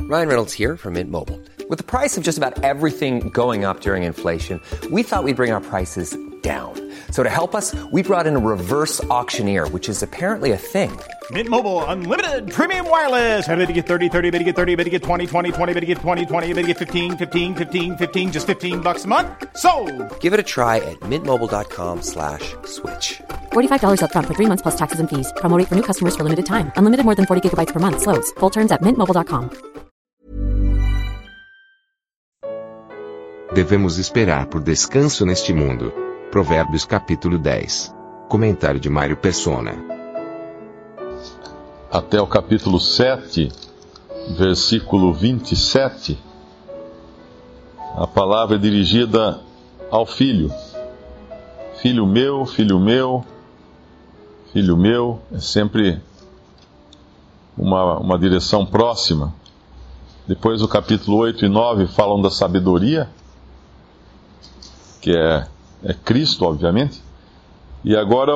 Ryan Reynolds here from Mint Mobile. With the price of just about everything going up during inflation, we thought we'd bring our prices down. So to help us, we brought in a reverse auctioneer, which is apparently a thing. Mint Mobile Unlimited Premium Wireless. How to get 30, 30, how to get 30, how to get 20, 20, 20, how to get 20, 20, how to get 15, 15, 15, 15, just $15 a month? Sold! Give it a try at mintmobile.com/switch. $45 up front for 3 months plus taxes and fees. Promo rate for new customers for limited time. Unlimited more than 40 gigabytes per month. Slows full terms at mintmobile.com. Devemos esperar por descanso neste mundo. Provérbios capítulo 10. Comentário de Mário Persona. Até o capítulo 7, versículo 27, a palavra é dirigida ao filho. Filho meu, filho meu, filho meu, é sempre uma direção próxima. Depois o capítulo 8 e 9 falam da sabedoria, que é Cristo, obviamente. E agora,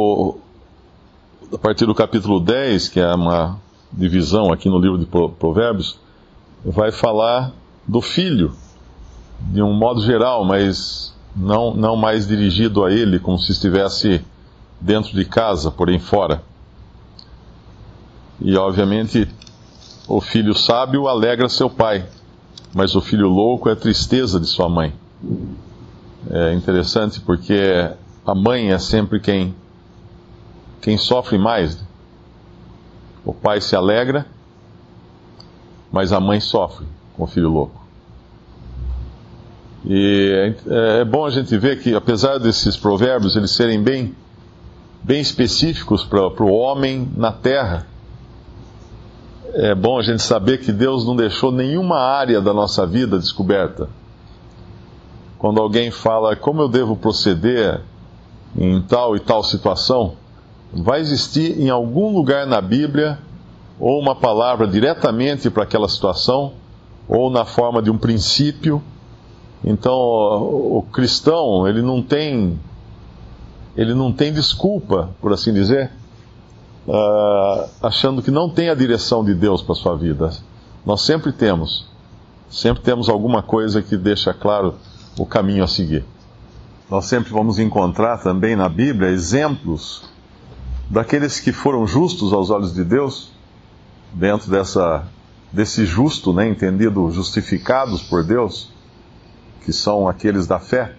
a partir do capítulo 10, que é uma divisão aqui no livro de Provérbios, vai falar do filho, de um modo geral, mas não mais dirigido a ele, como se estivesse dentro de casa, porém fora. E, obviamente, o filho sábio alegra seu pai, mas o filho louco é tristeza de sua mãe. É interessante porque a mãe é sempre quem sofre mais. O pai se alegra, mas a mãe sofre com o filho louco. E é bom a gente ver que, apesar desses provérbios eles serem bem específicos para o homem na terra, é bom a gente saber que Deus não deixou nenhuma área da nossa vida descoberta. Quando alguém fala como eu devo proceder em tal e tal situação, vai existir em algum lugar na Bíblia ou uma palavra diretamente para aquela situação, ou na forma de um princípio. Então, o cristão, ele não tem desculpa, por assim dizer, achando que não tem a direção de Deus para a sua vida. Nós sempre temos alguma coisa que deixa claro o caminho a seguir. Nós sempre vamos encontrar também na Bíblia exemplos daqueles que foram justos aos olhos de Deus, dentro desse justo, né, entendido, justificados por Deus, que são aqueles da fé,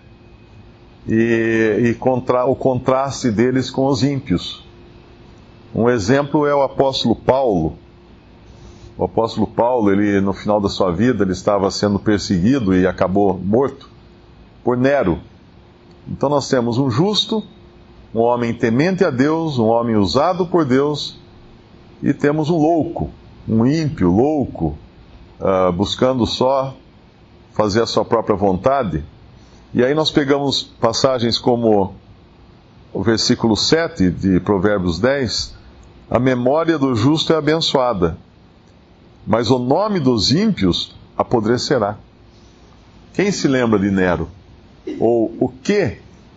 e o contraste deles com os ímpios. Um exemplo é o apóstolo Paulo. O apóstolo Paulo, ele, no final da sua vida, ele estava sendo perseguido e acabou morto por Nero. Então nós temos um justo, um homem temente a Deus, um homem usado por Deus, e temos um louco, um ímpio, louco, buscando só fazer a sua própria vontade. E aí nós pegamos passagens como o versículo 7 de Provérbios 10, a memória do justo é abençoada, mas o nome dos ímpios apodrecerá. Quem se lembra de Nero? Ou o que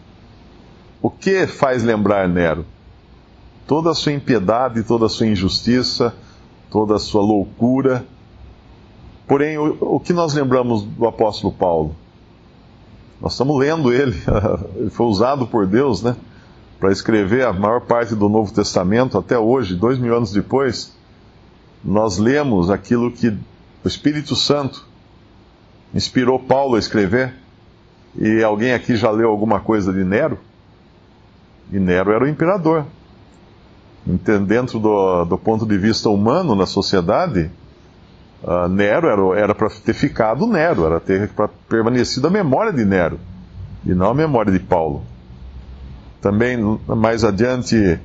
faz lembrar Nero? Toda a sua impiedade, toda a sua injustiça, toda a sua loucura. Porém, o que nós lembramos do apóstolo Paulo? Nós estamos lendo ele, ele foi usado por Deus, né, para escrever a maior parte do Novo Testamento até hoje, 2000 anos depois. Nós lemos aquilo que o Espírito Santo inspirou Paulo a escrever. E alguém aqui já leu alguma coisa de Nero? E Nero era o imperador. Dentro do ponto de vista humano na sociedade, Nero era para ter ficado Nero, era para permanecido a memória de Nero, e não a memória de Paulo. Também, mais adiante,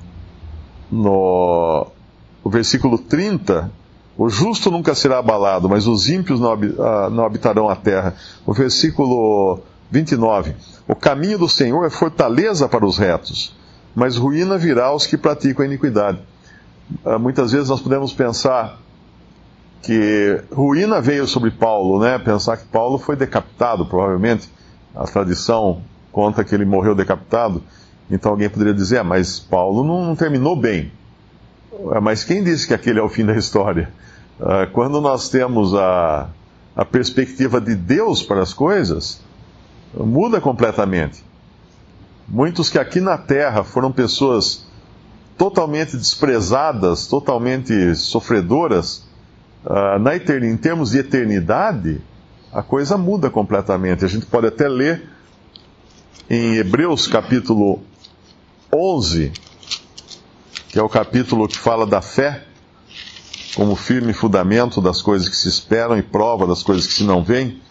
no versículo 30, o justo nunca será abalado, mas os ímpios não habitarão a terra. O versículo 29, o caminho do Senhor é fortaleza para os retos, mas ruína virá aos que praticam a iniquidade. Muitas vezes nós podemos pensar que ruína veio sobre Paulo, né? Pensar que Paulo foi decapitado, provavelmente. A tradição conta que ele morreu decapitado. Então alguém poderia dizer, mas Paulo não terminou bem. Mas quem disse que aquele é o fim da história? Quando nós temos a perspectiva de Deus para as coisas, muda completamente. Muitos que aqui na Terra foram pessoas totalmente desprezadas, totalmente sofredoras, em termos de eternidade, a coisa muda completamente. A gente pode até ler em Hebreus capítulo 11, que é o capítulo que fala da fé, como firme fundamento das coisas que se esperam e prova das coisas que se não veem.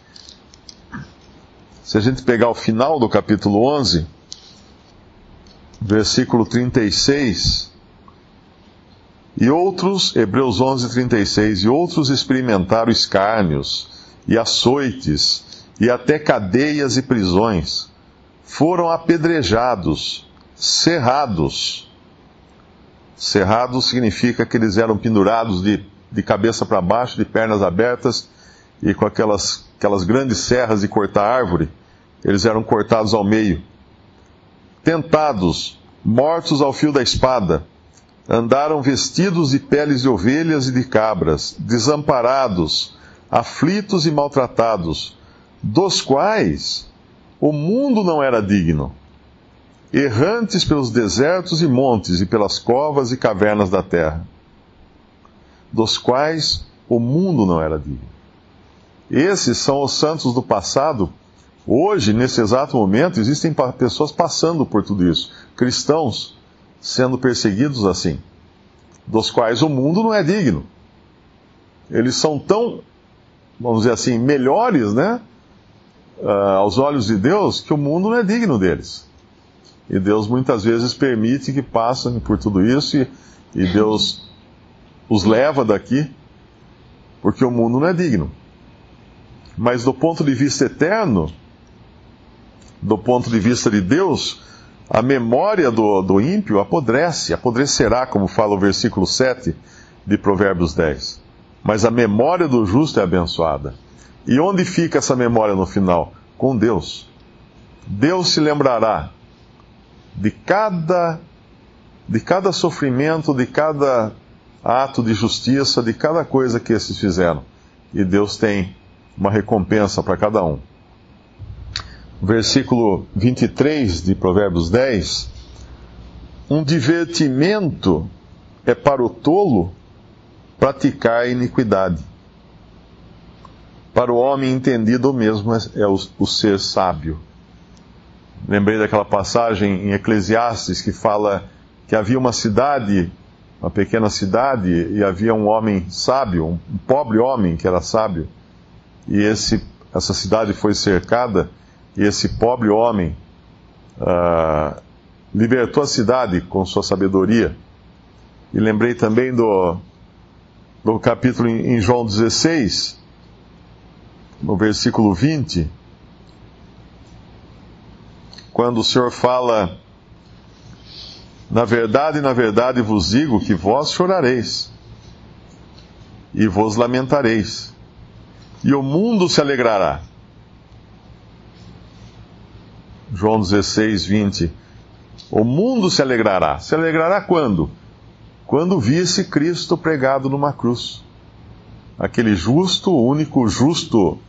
Se a gente pegar o final do capítulo 11, versículo 36, e outros, Hebreus 11, 36, e outros experimentaram escárnios, e açoites, e até cadeias e prisões, foram apedrejados, serrados. Serrados significa que eles eram pendurados de cabeça para baixo, de pernas abertas, e com aquelas grandes serras de cortar árvore, eles eram cortados ao meio. Tentados, mortos ao fio da espada, andaram vestidos de peles de ovelhas e de cabras, desamparados, aflitos e maltratados, dos quais o mundo não era digno, errantes pelos desertos e montes e pelas covas e cavernas da terra, dos quais o mundo não era digno. Esses são os santos do passado. Hoje, nesse exato momento, existem pessoas passando por tudo isso, cristãos sendo perseguidos assim, dos quais o mundo não é digno. Eles são tão, vamos dizer assim, melhores, né, aos olhos de Deus, que o mundo não é digno deles. E Deus muitas vezes permite que passem por tudo isso, e Deus os leva daqui, porque o mundo não é digno. Mas do ponto de vista eterno, do ponto de vista de Deus, a memória do ímpio apodrecerá, como fala o versículo 7 de Provérbios 10. Mas a memória do justo é abençoada. E onde fica essa memória no final? Com Deus. Deus se lembrará de cada sofrimento, de cada ato de justiça, de cada coisa que esses fizeram. E Deus tem uma recompensa para cada um. Versículo 23 de Provérbios 10. Um divertimento é para o tolo praticar a iniquidade. Para o homem entendido, o mesmo é o ser sábio. Lembrei daquela passagem em Eclesiastes que fala que havia uma cidade, uma pequena cidade, e havia um homem sábio, um pobre homem que era sábio. E essa cidade foi cercada, e esse pobre homem libertou a cidade com sua sabedoria. E lembrei também do capítulo em João 16, no versículo 20, quando o Senhor fala: na verdade vos digo que vós chorareis, e vos lamentareis, e o mundo se alegrará. João 16, 20. O mundo se alegrará. Se alegrará quando? Quando visse Cristo pregado numa cruz. Aquele justo, o único justo,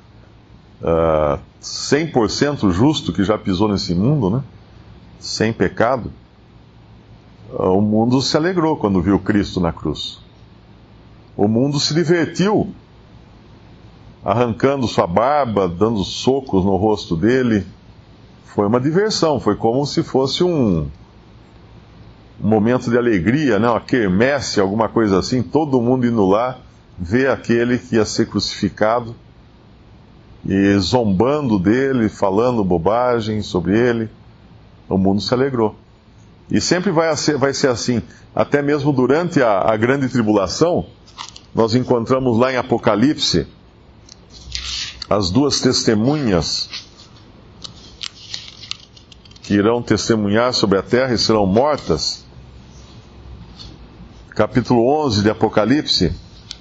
100% justo que já pisou nesse mundo, né? Sem pecado. O mundo se alegrou quando viu Cristo na cruz. O mundo se divertiu, arrancando sua barba, dando socos no rosto dele. Foi uma diversão, foi como se fosse um momento de alegria, né? Uma quermesse, alguma coisa assim, todo mundo indo lá ver aquele que ia ser crucificado e zombando dele, falando bobagem sobre ele. O mundo se alegrou. E sempre vai ser assim, até mesmo durante a grande tribulação. Nós encontramos lá em Apocalipse as duas testemunhas que irão testemunhar sobre a terra e serão mortas. Capítulo 11 de Apocalipse,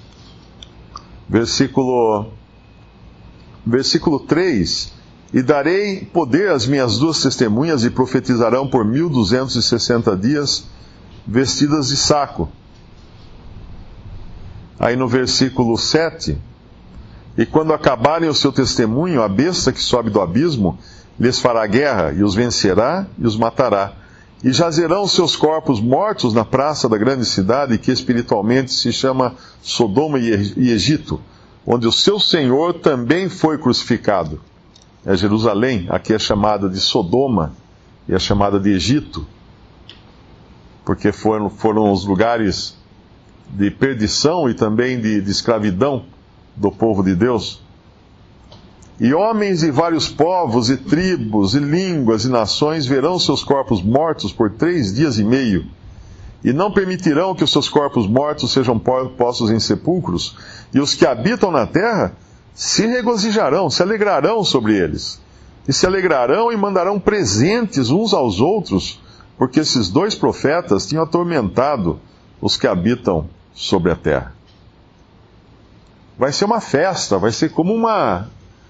versículo 3. E darei poder às minhas duas testemunhas, e profetizarão por 1260 dias, vestidas de saco. Aí no versículo 7, e quando acabarem o seu testemunho, a besta que sobe do abismo lhes fará guerra, e os vencerá e os matará. E jazerão seus corpos mortos na praça da grande cidade, que espiritualmente se chama Sodoma e Egito, onde o seu Senhor também foi crucificado. É Jerusalém, aqui é chamada de Sodoma e é chamada de Egito, porque foram os lugares de perdição e também de escravidão do povo de Deus. E homens de vários povos e tribos e línguas e nações verão seus corpos mortos por 3 dias e meio, e não permitirão que os seus corpos mortos sejam postos em sepulcros, e os que habitam na terra se regozijarão, se alegrarão sobre eles, e se alegrarão e mandarão presentes uns aos outros, porque esses 2 profetas tinham atormentado os que habitam sobre a terra. Vai ser uma festa, vai ser como uma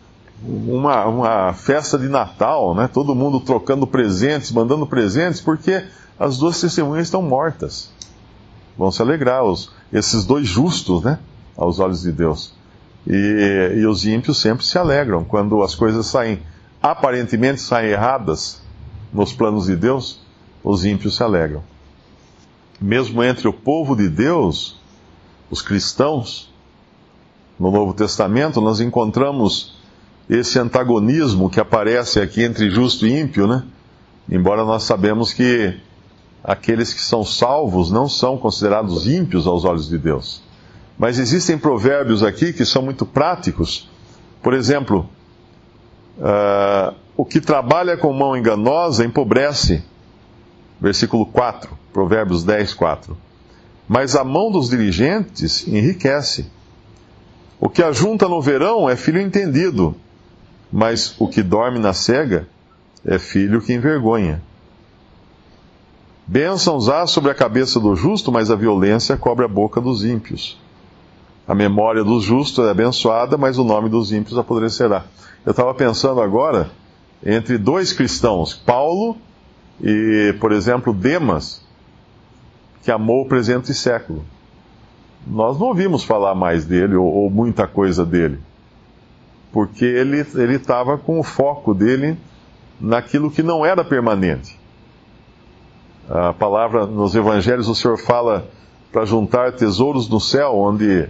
festa de Natal, né? Todo mundo trocando presentes, mandando presentes, porque as 2 testemunhas estão mortas. Vão se alegrar, esses 2 justos, né? Aos olhos de Deus. E os ímpios sempre se alegram quando as coisas aparentemente saem erradas nos planos de Deus, os ímpios se alegram. Mesmo entre o povo de Deus, os cristãos, no Novo Testamento, nós encontramos esse antagonismo que aparece aqui entre justo e ímpio, né? Embora nós sabemos que aqueles que são salvos não são considerados ímpios aos olhos de Deus. Mas existem provérbios aqui que são muito práticos. Por exemplo, o que trabalha com mão enganosa empobrece. Versículo 4, Provérbios 10, 4. Mas a mão dos diligentes enriquece. O que ajunta no verão é filho entendido, mas o que dorme na cega é filho que envergonha. Bênçãos há sobre a cabeça do justo, mas a violência cobre a boca dos ímpios. A memória dos justos é abençoada, mas o nome dos ímpios apodrecerá. Eu estava pensando agora entre 2 cristãos, Paulo e, por exemplo, Demas, que amou o presente século. Nós não ouvimos falar mais dele, ou muita coisa dele, porque ele estava com o foco dele naquilo que não era permanente. A palavra, nos evangelhos, o Senhor fala para juntar tesouros no céu, onde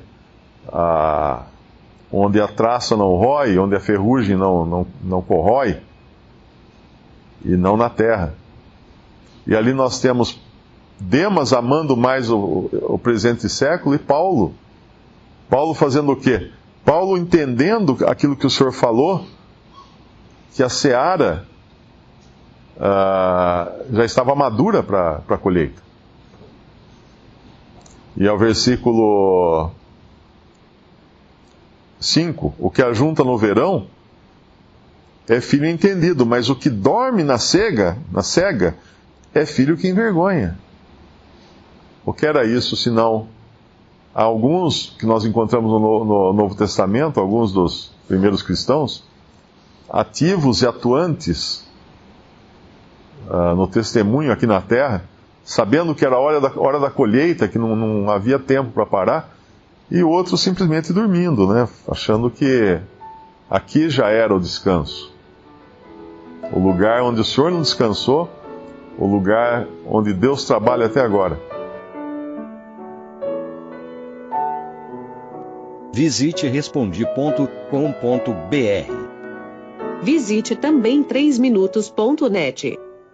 a traça não rói, onde a ferrugem não corrói, e não na terra. E ali nós temos Demas amando mais o presente século, e Paulo fazendo o quê? Paulo entendendo aquilo que o Senhor falou, que a seara já estava madura para a colheita. E ao versículo 5, o que ajunta no verão é filho entendido, mas o que dorme na cega é filho que envergonha. O que era isso, senão alguns que nós encontramos no Novo Testamento, alguns dos primeiros cristãos, ativos e atuantes no testemunho aqui na terra, sabendo que era a hora da colheita, que não havia tempo para parar, e outros simplesmente dormindo, né? Achando que aqui já era o descanso. O lugar onde o Senhor não descansou, o lugar onde Deus trabalha até agora. Visite Respondi.com.br. Visite também 3minutos.net.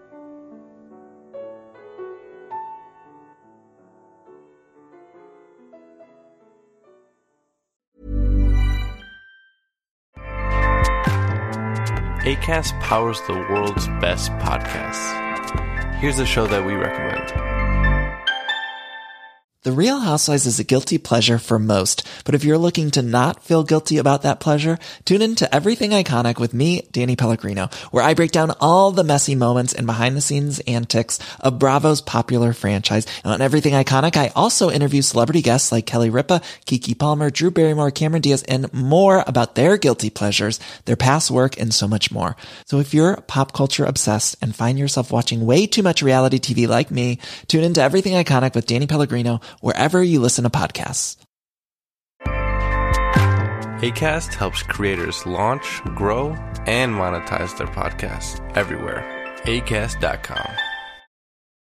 Acast powers the world's best podcasts. Here's a show that we recommend. The Real Housewives is a guilty pleasure for most, but if you're looking to not feel guilty about that pleasure, tune in to Everything Iconic with me, Danny Pellegrino, where I break down all the messy moments and behind-the-scenes antics of Bravo's popular franchise. And on Everything Iconic, I also interview celebrity guests like Kelly Ripa, Keke Palmer, Drew Barrymore, Cameron Diaz, and more about their guilty pleasures, their past work, and so much more. So if you're pop culture obsessed and find yourself watching way too much reality TV like me, tune into Everything Iconic with Danny Pellegrino, wherever you listen to podcasts. Acast helps creators launch, grow, and monetize their podcasts everywhere. Acast.com.